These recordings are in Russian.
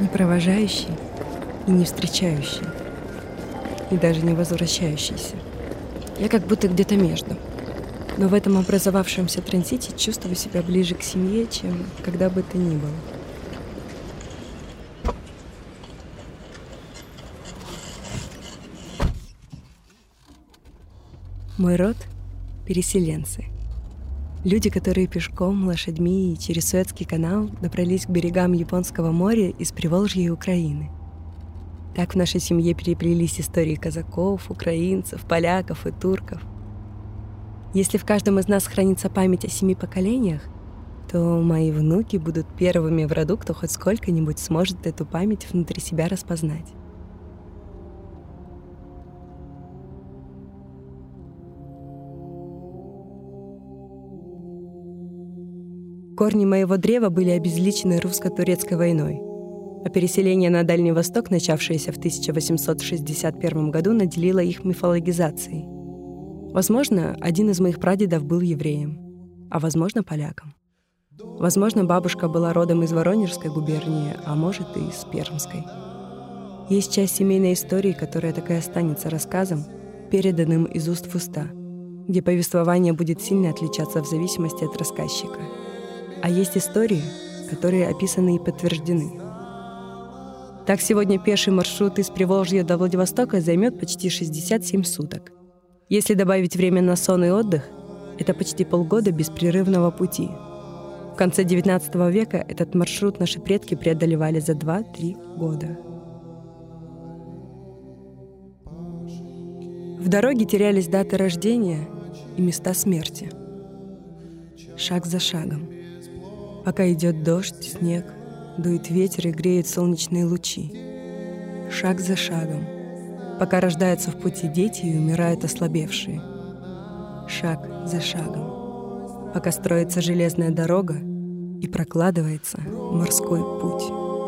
Не провожающий и не встречающий, и даже не возвращающийся. Я как будто где-то между. Но в этом образовавшемся транзите чувствую себя ближе к семье, чем когда бы то ни было. Мой род — переселенцы. Люди, которые пешком, лошадьми и через Суэцкий канал добрались к берегам Японского моря из Приволжья и Украины. Так в нашей семье переплелись истории казаков, украинцев, поляков и турков. Если в каждом из нас хранится память о 7 поколениях, то мои внуки будут первыми в роду, кто хоть сколько-нибудь сможет эту память внутри себя распознать. Корни моего древа были обезличены русско-турецкой войной, а переселение на Дальний Восток, начавшееся в 1861 году, наделило их мифологизацией. Возможно, один из моих прадедов был евреем, а возможно, поляком. Возможно, бабушка была родом из Воронежской губернии, а может, и из Пермской. Есть часть семейной истории, которая так и останется рассказом, переданным из уст в уста, где повествование будет сильно отличаться в зависимости от рассказчика. А есть истории, которые описаны и подтверждены. Так, сегодня пеший маршрут из Приволжья до Владивостока займет почти 67 суток. Если добавить время на сон и отдых, это почти полгода беспрерывного пути. В конце XIX века этот маршрут наши предки преодолевали за 2-3 года. В дороге терялись даты рождения и места смерти. Шаг за шагом. Пока идет дождь, снег, дует ветер и греют солнечные лучи. Шаг за шагом. Пока рождаются в пути дети и умирают ослабевшие. Шаг за шагом. Пока строится железная дорога и прокладывается морской путь.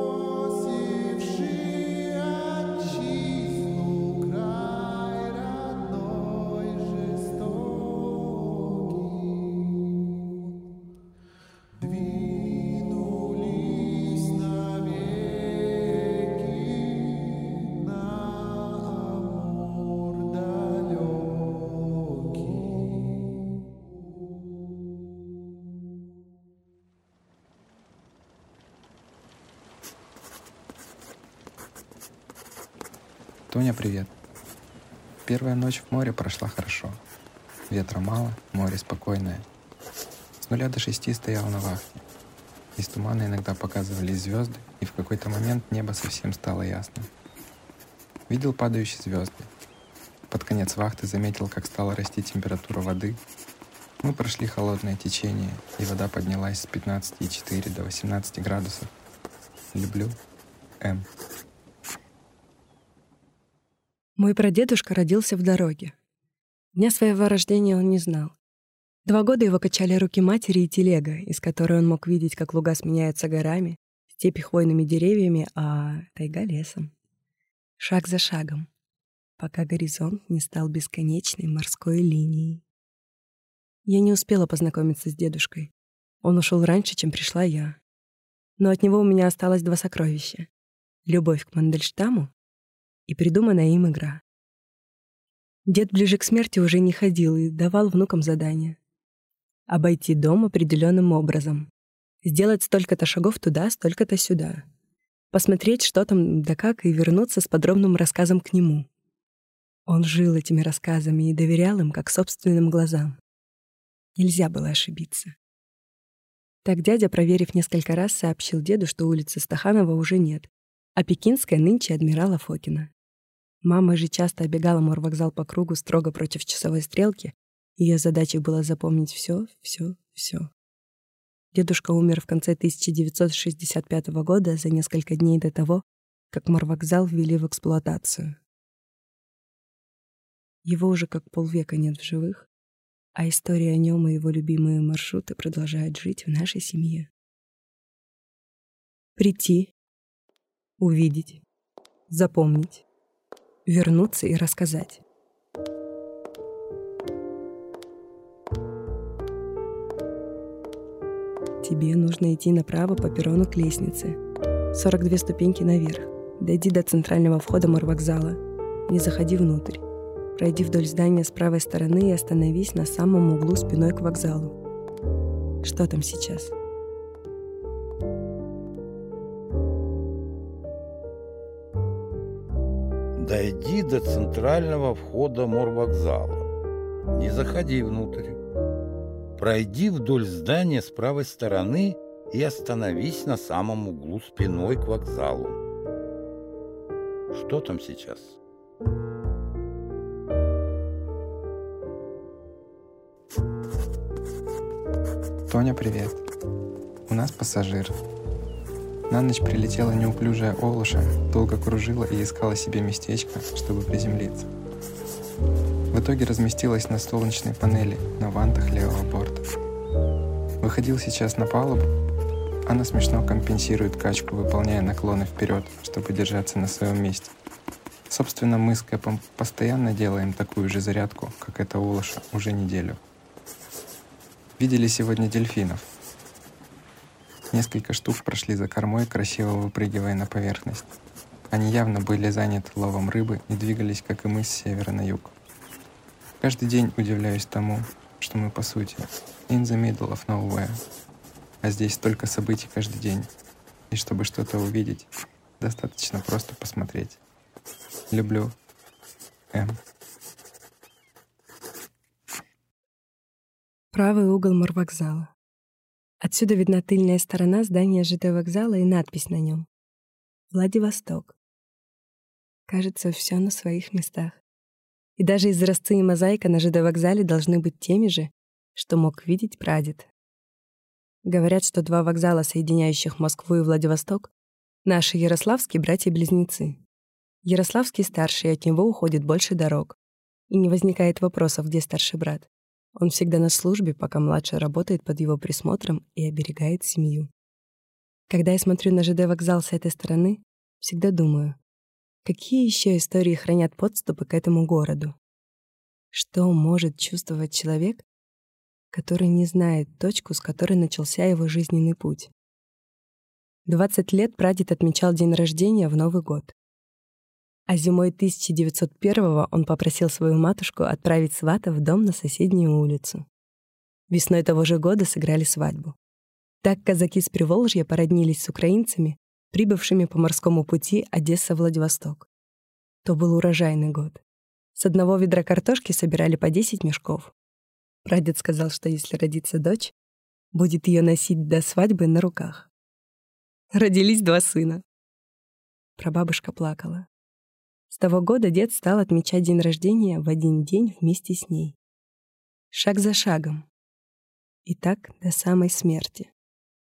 Тоня, привет. Первая ночь в море прошла хорошо. Ветра мало, море спокойное. С 0 до 6 стоял на вахте. Из тумана иногда показывались звезды, и в какой-то момент небо совсем стало ясным. Видел падающие звезды. Под конец вахты заметил, как стала расти температура воды. Мы прошли холодное течение, и вода поднялась с 15,4 до 18 градусов. Люблю. М. Мой прадедушка родился в дороге. Дня своего рождения он не знал. 2 года его качали руки матери и телега, из которой он мог видеть, как луга сменяются горами, степи хвойными деревьями, а тайга — лесом. Шаг за шагом, пока горизонт не стал бесконечной морской линией. Я не успела познакомиться с дедушкой. Он ушел раньше, чем пришла я. Но от него у меня осталось 2 сокровища — любовь к Мандельштаму и придуманная им игра. Дед ближе к смерти уже не ходил и давал внукам задания. Обойти дом определенным образом. Сделать столько-то шагов туда, столько-то сюда. Посмотреть, что там да как, и вернуться с подробным рассказом к нему. Он жил этими рассказами и доверял им, как собственным глазам. Нельзя было ошибиться. Так дядя, проверив несколько раз, сообщил деду, что улицы Стаханова уже нет, а Пекинская нынче адмирала Фокина. Мама же часто обегала морвокзал по кругу строго против часовой стрелки. Ее задачей было запомнить все. Дедушка умер в конце 1965 года, за несколько дней до того, как морвокзал ввели в эксплуатацию. Его уже как полвека нет в живых, а история о нем и его любимые маршруты продолжают жить в нашей семье. Прийти, увидеть, запомнить, вернуться и рассказать. Тебе нужно идти направо по перрону к лестнице. 42 ступеньки наверх. Дойди до центрального входа морвокзала. Не заходи внутрь. Пройди вдоль здания с правой стороны и остановись на самом углу спиной к вокзалу. Что там сейчас? Дойди до центрального входа морвокзала. Не заходи внутрь. Пройди вдоль здания с правой стороны и остановись на самом углу спиной к вокзалу. Что там сейчас? Тоня, привет. У нас пассажир. На ночь прилетела неуклюжая Олуша, долго кружила и искала себе местечко, чтобы приземлиться. В итоге разместилась на солнечной панели на вантах левого борта. Выходил сейчас на палубу. Она смешно компенсирует качку, выполняя наклоны вперед, чтобы держаться на своем месте. Собственно, мы с Кэпом постоянно делаем такую же зарядку, как эта Олуша, уже неделю. Видели сегодня дельфинов. Несколько штук прошли за кормой, красиво выпрыгивая на поверхность. Они явно были заняты ловом рыбы и двигались, как и мы, с севера на юг. Каждый день удивляюсь тому, что мы, по сути, in the middle of nowhere. А здесь столько событий каждый день. И чтобы что-то увидеть, достаточно просто посмотреть. Люблю. М. Правый угол морвокзала. Отсюда видна тыльная сторона здания ЖД вокзала и надпись на нем. Владивосток. Кажется, все на своих местах. И даже изразцы и мозаика на ЖД вокзале должны быть теми же, что мог видеть прадед. Говорят, что два вокзала, соединяющих Москву и Владивосток, наши ярославские братья-близнецы. Ярославский старший, от него уходит больше дорог. И не возникает вопросов, где старший брат. Он всегда на службе, пока младший работает под его присмотром и оберегает семью. Когда я смотрю на ЖД вокзал с этой стороны, всегда думаю, какие еще истории хранят подступы к этому городу? Что может чувствовать человек, который не знает точку, с которой начался его жизненный путь? 20 лет прадед отмечал день рождения в Новый год. А зимой 1901-го он попросил свою матушку отправить свата в дом на соседнюю улицу. Весной того же года сыграли свадьбу. Так казаки с Приволжья породнились с украинцами, прибывшими по морскому пути Одесса-Владивосток. То был урожайный год. С одного ведра картошки собирали по 10 мешков. Прадед сказал, что если родится дочь, будет ее носить до свадьбы на руках. Родились 2 сына. Прабабушка плакала. С того года дед стал отмечать день рождения в один день вместе с ней. Шаг за шагом. И так до самой смерти.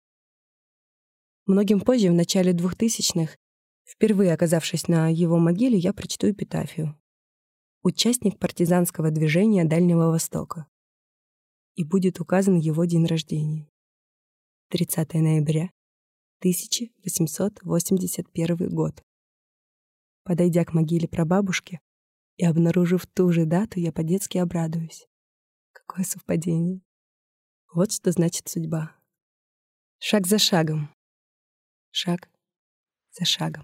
Многим позже, в начале 2000-х, впервые оказавшись на его могиле, я прочту эпитафию. Участник партизанского движения Дальнего Востока. И будет указан его день рождения. 30 ноября 1881 год. Подойдя к могиле прабабушки и обнаружив ту же дату, я по-детски обрадуюсь. Какое совпадение. Вот что значит судьба. Шаг за шагом. Шаг за шагом.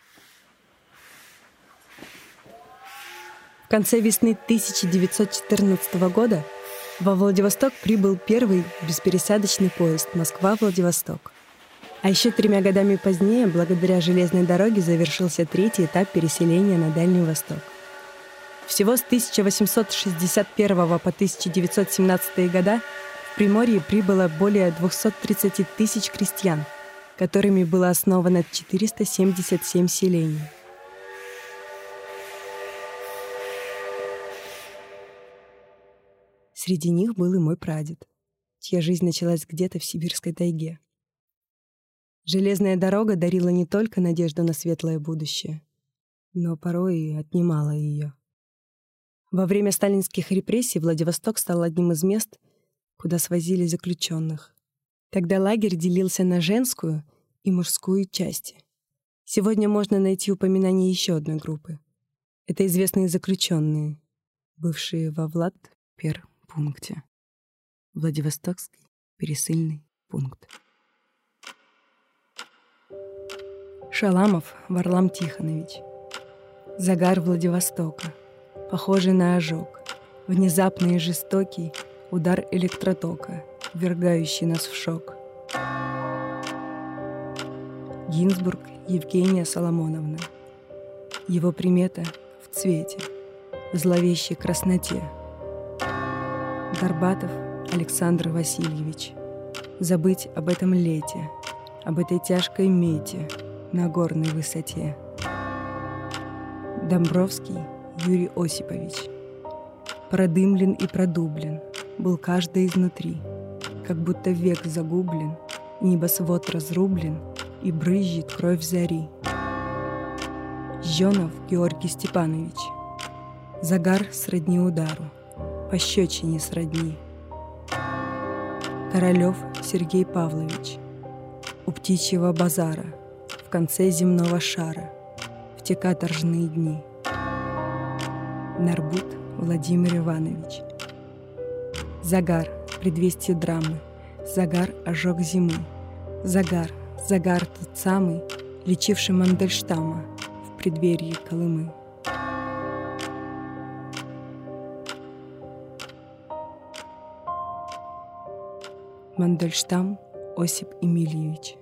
В конце весны 1914 года во Владивосток прибыл первый беспересадочный поезд Москва-Владивосток. А еще 3 годами позднее, благодаря железной дороге, завершился 3-й этап переселения на Дальний Восток. Всего с 1861 по 1917 года в Приморье прибыло более 230 тысяч крестьян, которыми было основано 477 селений. Среди них был и мой прадед, чья жизнь началась где-то в сибирской тайге. Железная дорога дарила не только надежду на светлое будущее, но порой и отнимала ее. Во время сталинских репрессий Владивосток стал одним из мест, куда свозили заключенных. Тогда лагерь делился на женскую и мужскую части. Сегодня можно найти упоминание еще одной группы. Это известные заключенные, бывшие во Владперпункте. Владивостокский пересыльный пункт. Шаламов Варлам Тихонович. Загар Владивостока, похожий на ожог, внезапный и жестокий удар электротока, ввергающий нас в шок. Гинзбург Евгения Соломоновна. Его примета в цвете, в зловещей красноте. Горбатов Александр Васильевич. Забыть об этом лете, об этой тяжкой мете на горной высоте. Домбровский Юрий Осипович. Продымлен и продублен был каждый изнутри, как будто век загублен, небосвод разрублен и брызжет кровь зари. Жжёнов Георгий Степанович. Загар сродни удару, пощечине сродни. Королёв Сергей Павлович. У птичьего базара, в конце земного шара, в те каторжные дни. Нарбут Владимир Иванович. Загар, предвестие драмы, загар, ожог зимы. Загар, загар тот самый, лечивший Мандельштама в преддверии Колымы. Мандельштам Осип Эмильевич.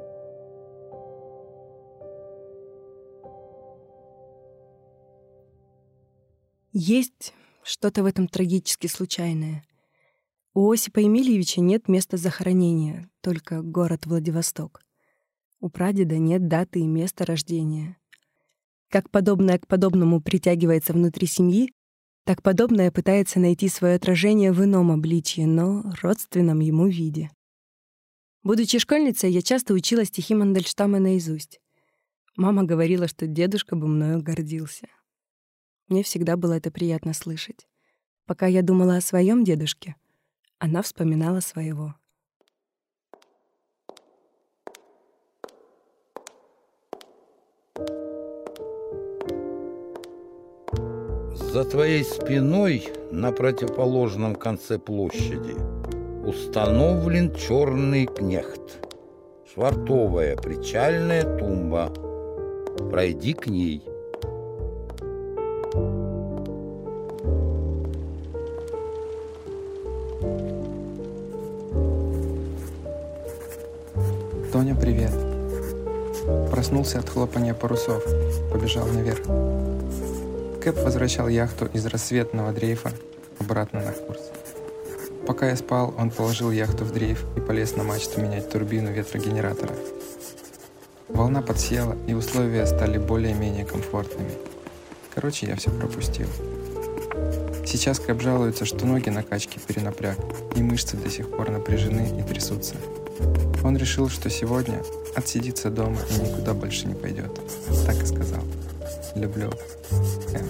Есть что-то в этом трагически случайное. У Осипа Эмильевича нет места захоронения, только город Владивосток. У прадеда нет даты и места рождения. Как подобное к подобному притягивается внутри семьи, так подобное пытается найти свое отражение в ином обличье, но родственном ему виде. Будучи школьницей, я часто учила стихи Мандельштама наизусть. Мама говорила, что дедушка бы мною гордился. Мне всегда было это приятно слышать. Пока я думала о своем дедушке, она вспоминала своего. За твоей спиной на противоположном конце площади установлен черный кнехт. Швартовая причальная тумба. Пройди к ней. Тоня, привет. Проснулся от хлопания парусов, побежал наверх. Кэп возвращал яхту из рассветного дрейфа обратно на курс. Пока я спал, он положил яхту в дрейф и полез на мачту менять турбину ветрогенератора. Волна подсела, и условия стали более-менее комфортными. Короче, я все пропустил. Сейчас Кэп жалуется, что ноги на качке перенапряг, и мышцы до сих пор напряжены и трясутся. Он решил, что сегодня отсидится дома и никуда больше не пойдет. Так и сказал. Люблю. Кэп.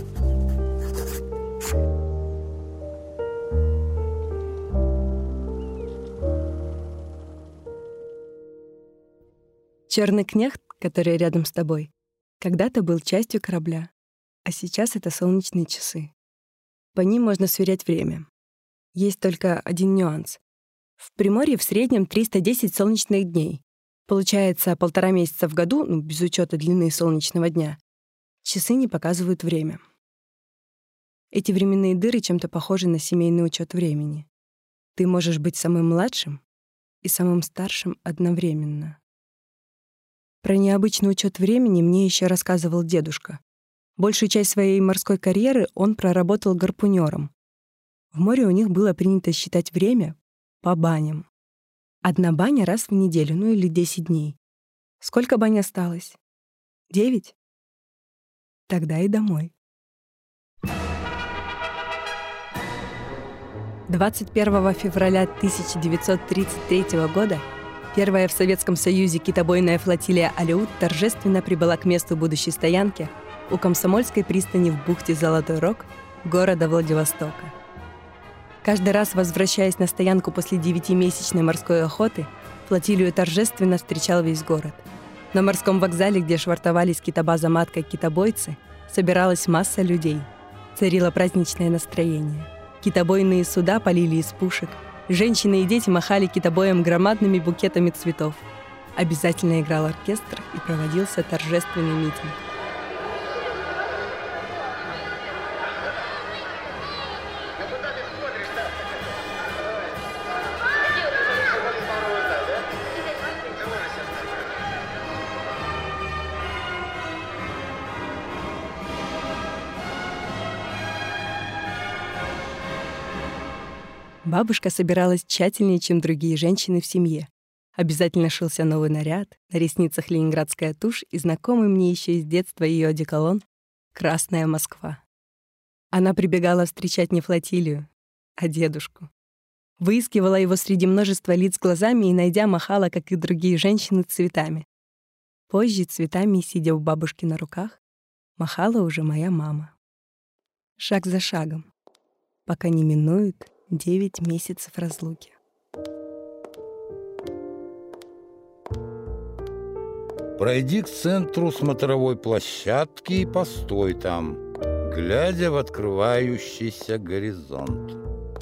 Черный кнехт, который рядом с тобой, когда-то был частью корабля, а сейчас это солнечные часы. По ним можно сверять время. Есть только один нюанс. В Приморье в среднем 310 солнечных дней. Получается, 1,5 месяца в году, без учета длины солнечного дня, часы не показывают время. Эти временные дыры чем-то похожи на семейный учет времени. Ты можешь быть самым младшим и самым старшим одновременно. Про необычный учет времени мне еще рассказывал дедушка. Большую часть своей морской карьеры он проработал гарпунером. В море у них было принято считать время по баням. 1 баня раз в неделю, или 10 дней. Сколько бань осталось? 9? Тогда и домой. 21 февраля 1933 года первая в Советском Союзе китобойная флотилия «Алеут» торжественно прибыла к месту будущей стоянки у Комсомольской пристани в бухте Золотой Рог города Владивостока. Каждый раз, возвращаясь на стоянку после 9-месячной морской охоты, флотилию торжественно встречал весь город. На морском вокзале, где швартовались китобаза «Матка» и китобойцы, собиралась масса людей. Царило праздничное настроение. Китобойные суда полили из пушек. Женщины и дети махали китобоем громадными букетами цветов. Обязательно играл оркестр и проводился торжественный митинг. Бабушка собиралась тщательнее, чем другие женщины в семье. Обязательно шился новый наряд, на ресницах ленинградская тушь и знакомый мне еще из детства ее одеколон «Красная Москва». Она прибегала встречать не флотилию, а дедушку. Выискивала его среди множества лиц глазами и, найдя, махала, как и другие женщины, цветами. Позже цветами, сидя у бабушки на руках, махала уже моя мама. Шаг за шагом, пока не минует 9 месяцев разлуки. Пройди к центру смотровой площадки и постой там, глядя в открывающийся горизонт.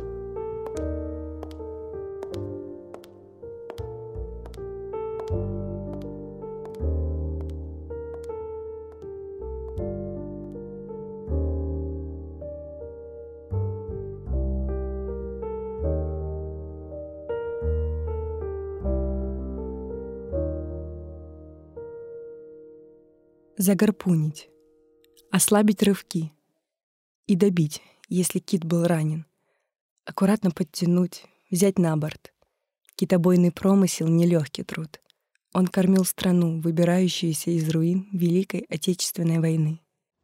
Загарпунить, ослабить рывки и добить, если кит был ранен. Аккуратно подтянуть, взять на борт. Китобойный промысел — нелегкий труд. Он кормил страну, выбирающуюся из руин Великой Отечественной войны.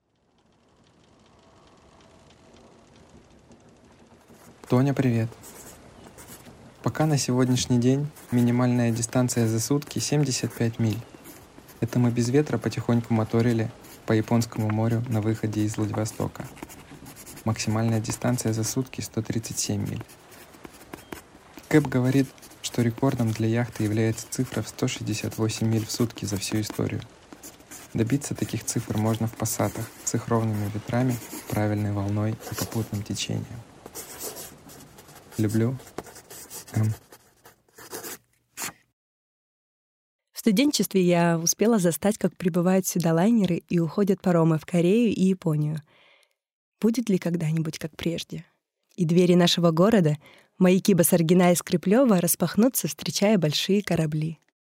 Тоня, привет. Пока на сегодняшний день минимальная дистанция за сутки 75 миль. Это мы без ветра потихоньку моторили по Японскому морю на выходе из Владивостока. Максимальная дистанция за сутки 137 миль. Кэп говорит, что рекордом для яхты является цифра в 168 миль в сутки за всю историю. Добиться таких цифр можно в пассатах с их ровными ветрами, правильной волной и попутным течением. Люблю. В студенчестве я успела застать, как прибывают сюда лайнеры и уходят паромы в Корею и Японию. Будет ли когда-нибудь как прежде? И двери нашего города, маяки Басаргина и Скриплёва, распахнутся, встречая большие корабли.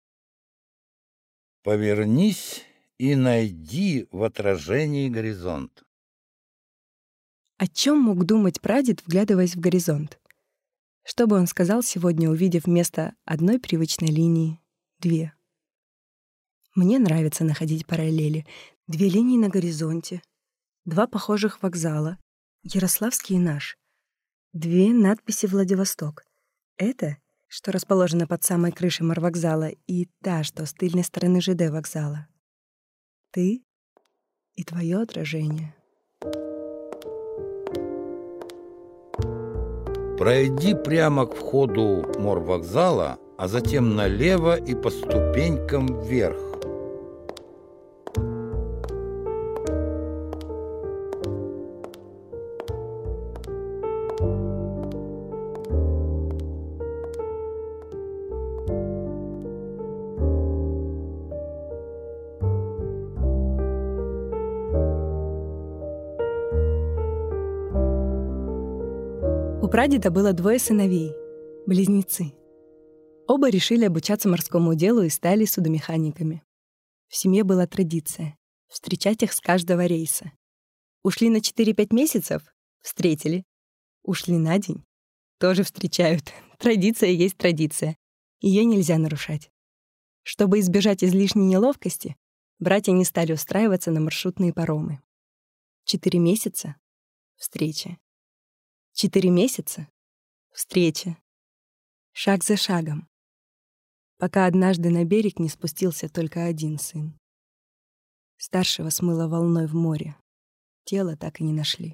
Повернись и найди в отражении горизонт. О чем мог думать прадед, вглядываясь в горизонт? Что бы он сказал сегодня, увидев вместо одной привычной линии две? Мне нравится находить параллели. 2 линии на горизонте, 2 похожих вокзала, Ярославский и наш, 2 надписи «Владивосток». Это, что расположено под самой крышей морвокзала, и та, что с тыльной стороны ЖД вокзала. Ты и твое отражение. Пройди прямо к входу морвокзала, а затем налево и по ступенькам вверх. У прадеда было 2 сыновей, близнецы. Оба решили обучаться морскому делу и стали судомеханиками. В семье была традиция — встречать их с каждого рейса. Ушли на 4-5 месяцев — встретили. Ушли на день — тоже встречают. Традиция есть традиция. Ее нельзя нарушать. Чтобы избежать излишней неловкости, братья не стали устраиваться на маршрутные паромы. 4 месяца — встреча. 4 месяца — встреча. Шаг за шагом. Пока однажды на берег не спустился только один сын. Старшего смыло волной в море. Тело так и не нашли.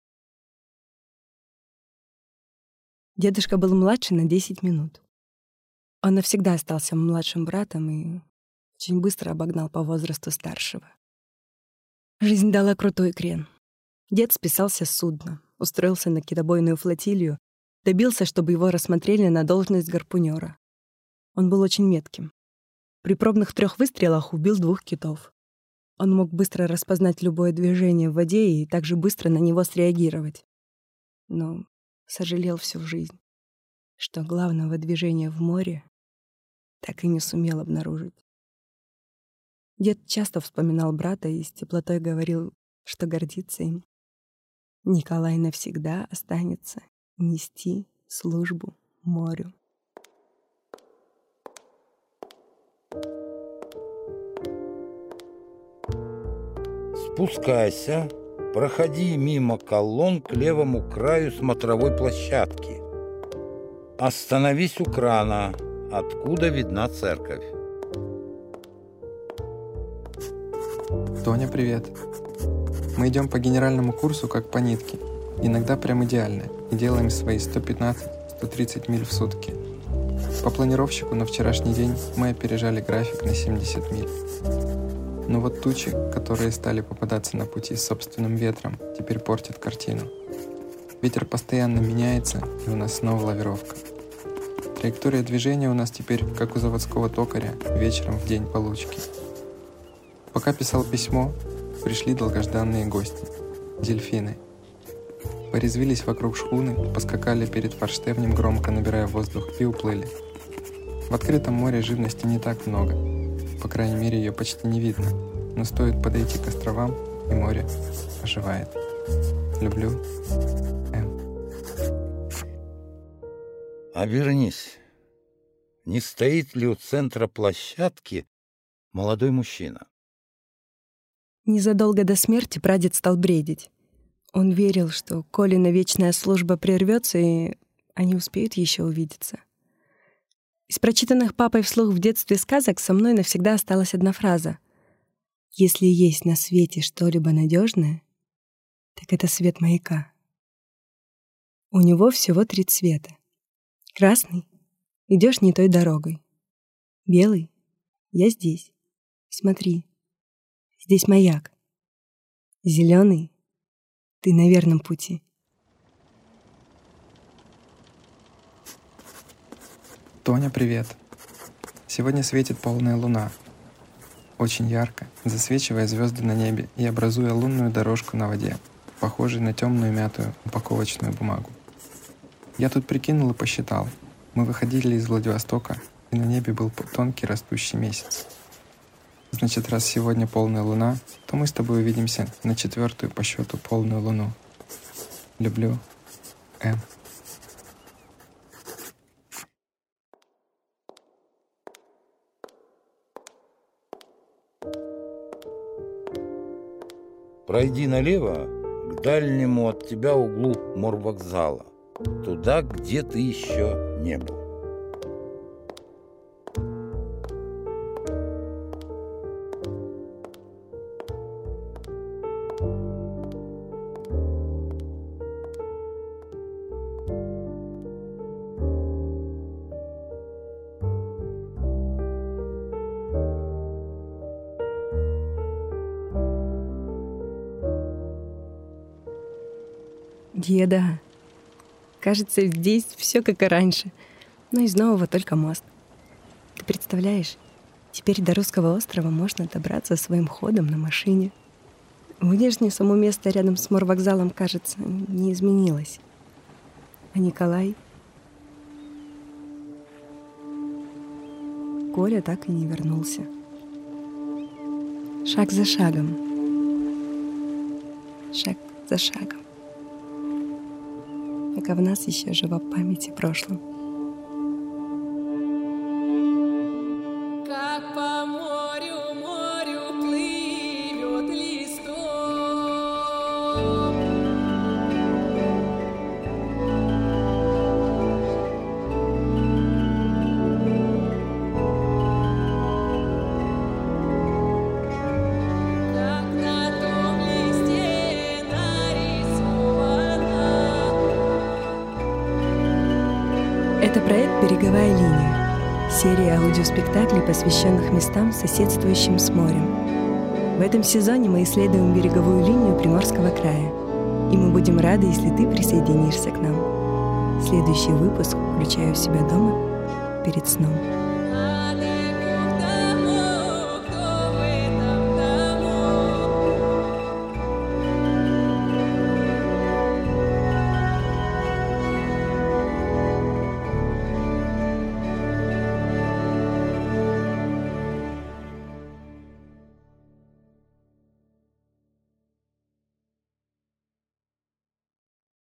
Дедушка был младше на 10 минут. Он навсегда остался младшим братом и очень быстро обогнал по возрасту старшего. Жизнь дала крутой крен. Дед списался с судна, устроился на китобойную флотилию, добился, чтобы его рассмотрели на должность гарпунёра. Он был очень метким. При пробных 3 выстрелах убил 2 китов. Он мог быстро распознать любое движение в воде и также быстро на него среагировать. Но сожалел всю жизнь, что главного движения в море так и не сумел обнаружить. Дед часто вспоминал брата и с теплотой говорил, что гордится им. Николай навсегда останется нести службу морю. Спускайся, проходи мимо колонн к левому краю смотровой площадки. Остановись у крана, откуда видна церковь. Тоня, привет. Мы идем по генеральному курсу как по нитке. Иногда прям идеально. И делаем свои 115-130 миль в сутки. По планировщику на вчерашний день мы опережали график на 70 миль. Но вот тучи, которые стали попадаться на пути с собственным ветром, теперь портят картину. Ветер постоянно меняется, и у нас снова лавировка. Траектория движения у нас теперь, как у заводского токаря, вечером в день получки. Пока писал письмо, пришли долгожданные гости – дельфины. Порезвились вокруг шхуны, поскакали перед форштевнем, громко набирая воздух, и уплыли. В открытом море живности не так много. По крайней мере, ее почти не видно. Но стоит подойти к островам, и море оживает. Люблю. М. Обернись. Не стоит ли у центра площадки молодой мужчина? Незадолго до смерти прадед стал бредить. Он верил, что Колина вечная служба прервется, и они успеют еще увидеться. Из прочитанных папой вслух в детстве сказок со мной навсегда осталась одна фраза. «Если есть на свете что-либо надежное, так это свет маяка». У него всего 3 цвета. Красный — идешь не той дорогой. Белый — я здесь. Смотри, здесь маяк. Зеленый — ты на верном пути. Тоня, привет. Сегодня светит полная луна. Очень ярко, засвечивая звезды на небе и образуя лунную дорожку на воде, похожей на темную мятую упаковочную бумагу. Я тут прикинул и посчитал. Мы выходили из Владивостока, и на небе был тонкий растущий месяц. Значит, раз сегодня полная луна, то мы с тобой увидимся на 4-ю по счету полную луну. Люблю. М. Пройди налево к дальнему от тебя углу морвокзала, туда, где ты еще не был. Деда, кажется, здесь все как и раньше, но из нового только мост. Ты представляешь, теперь до Русского острова можно добраться своим ходом на машине. Внешне само место рядом с морвокзалом, кажется, не изменилось. А Николай? Коля так и не вернулся. Шаг за шагом. Шаг за шагом. Пока в нас еще жива память о прошлом. Как по морю, морю плывет листок. Как на том листе нарисовано. Это проект «Береговая линия». Серия аудиоспектаклей, посвященных местам, соседствующим с морем. В этом сезоне мы исследуем береговую линию Приморского края. И мы будем рады, если ты присоединишься к нам. Следующий выпуск включаю в себя дома перед сном.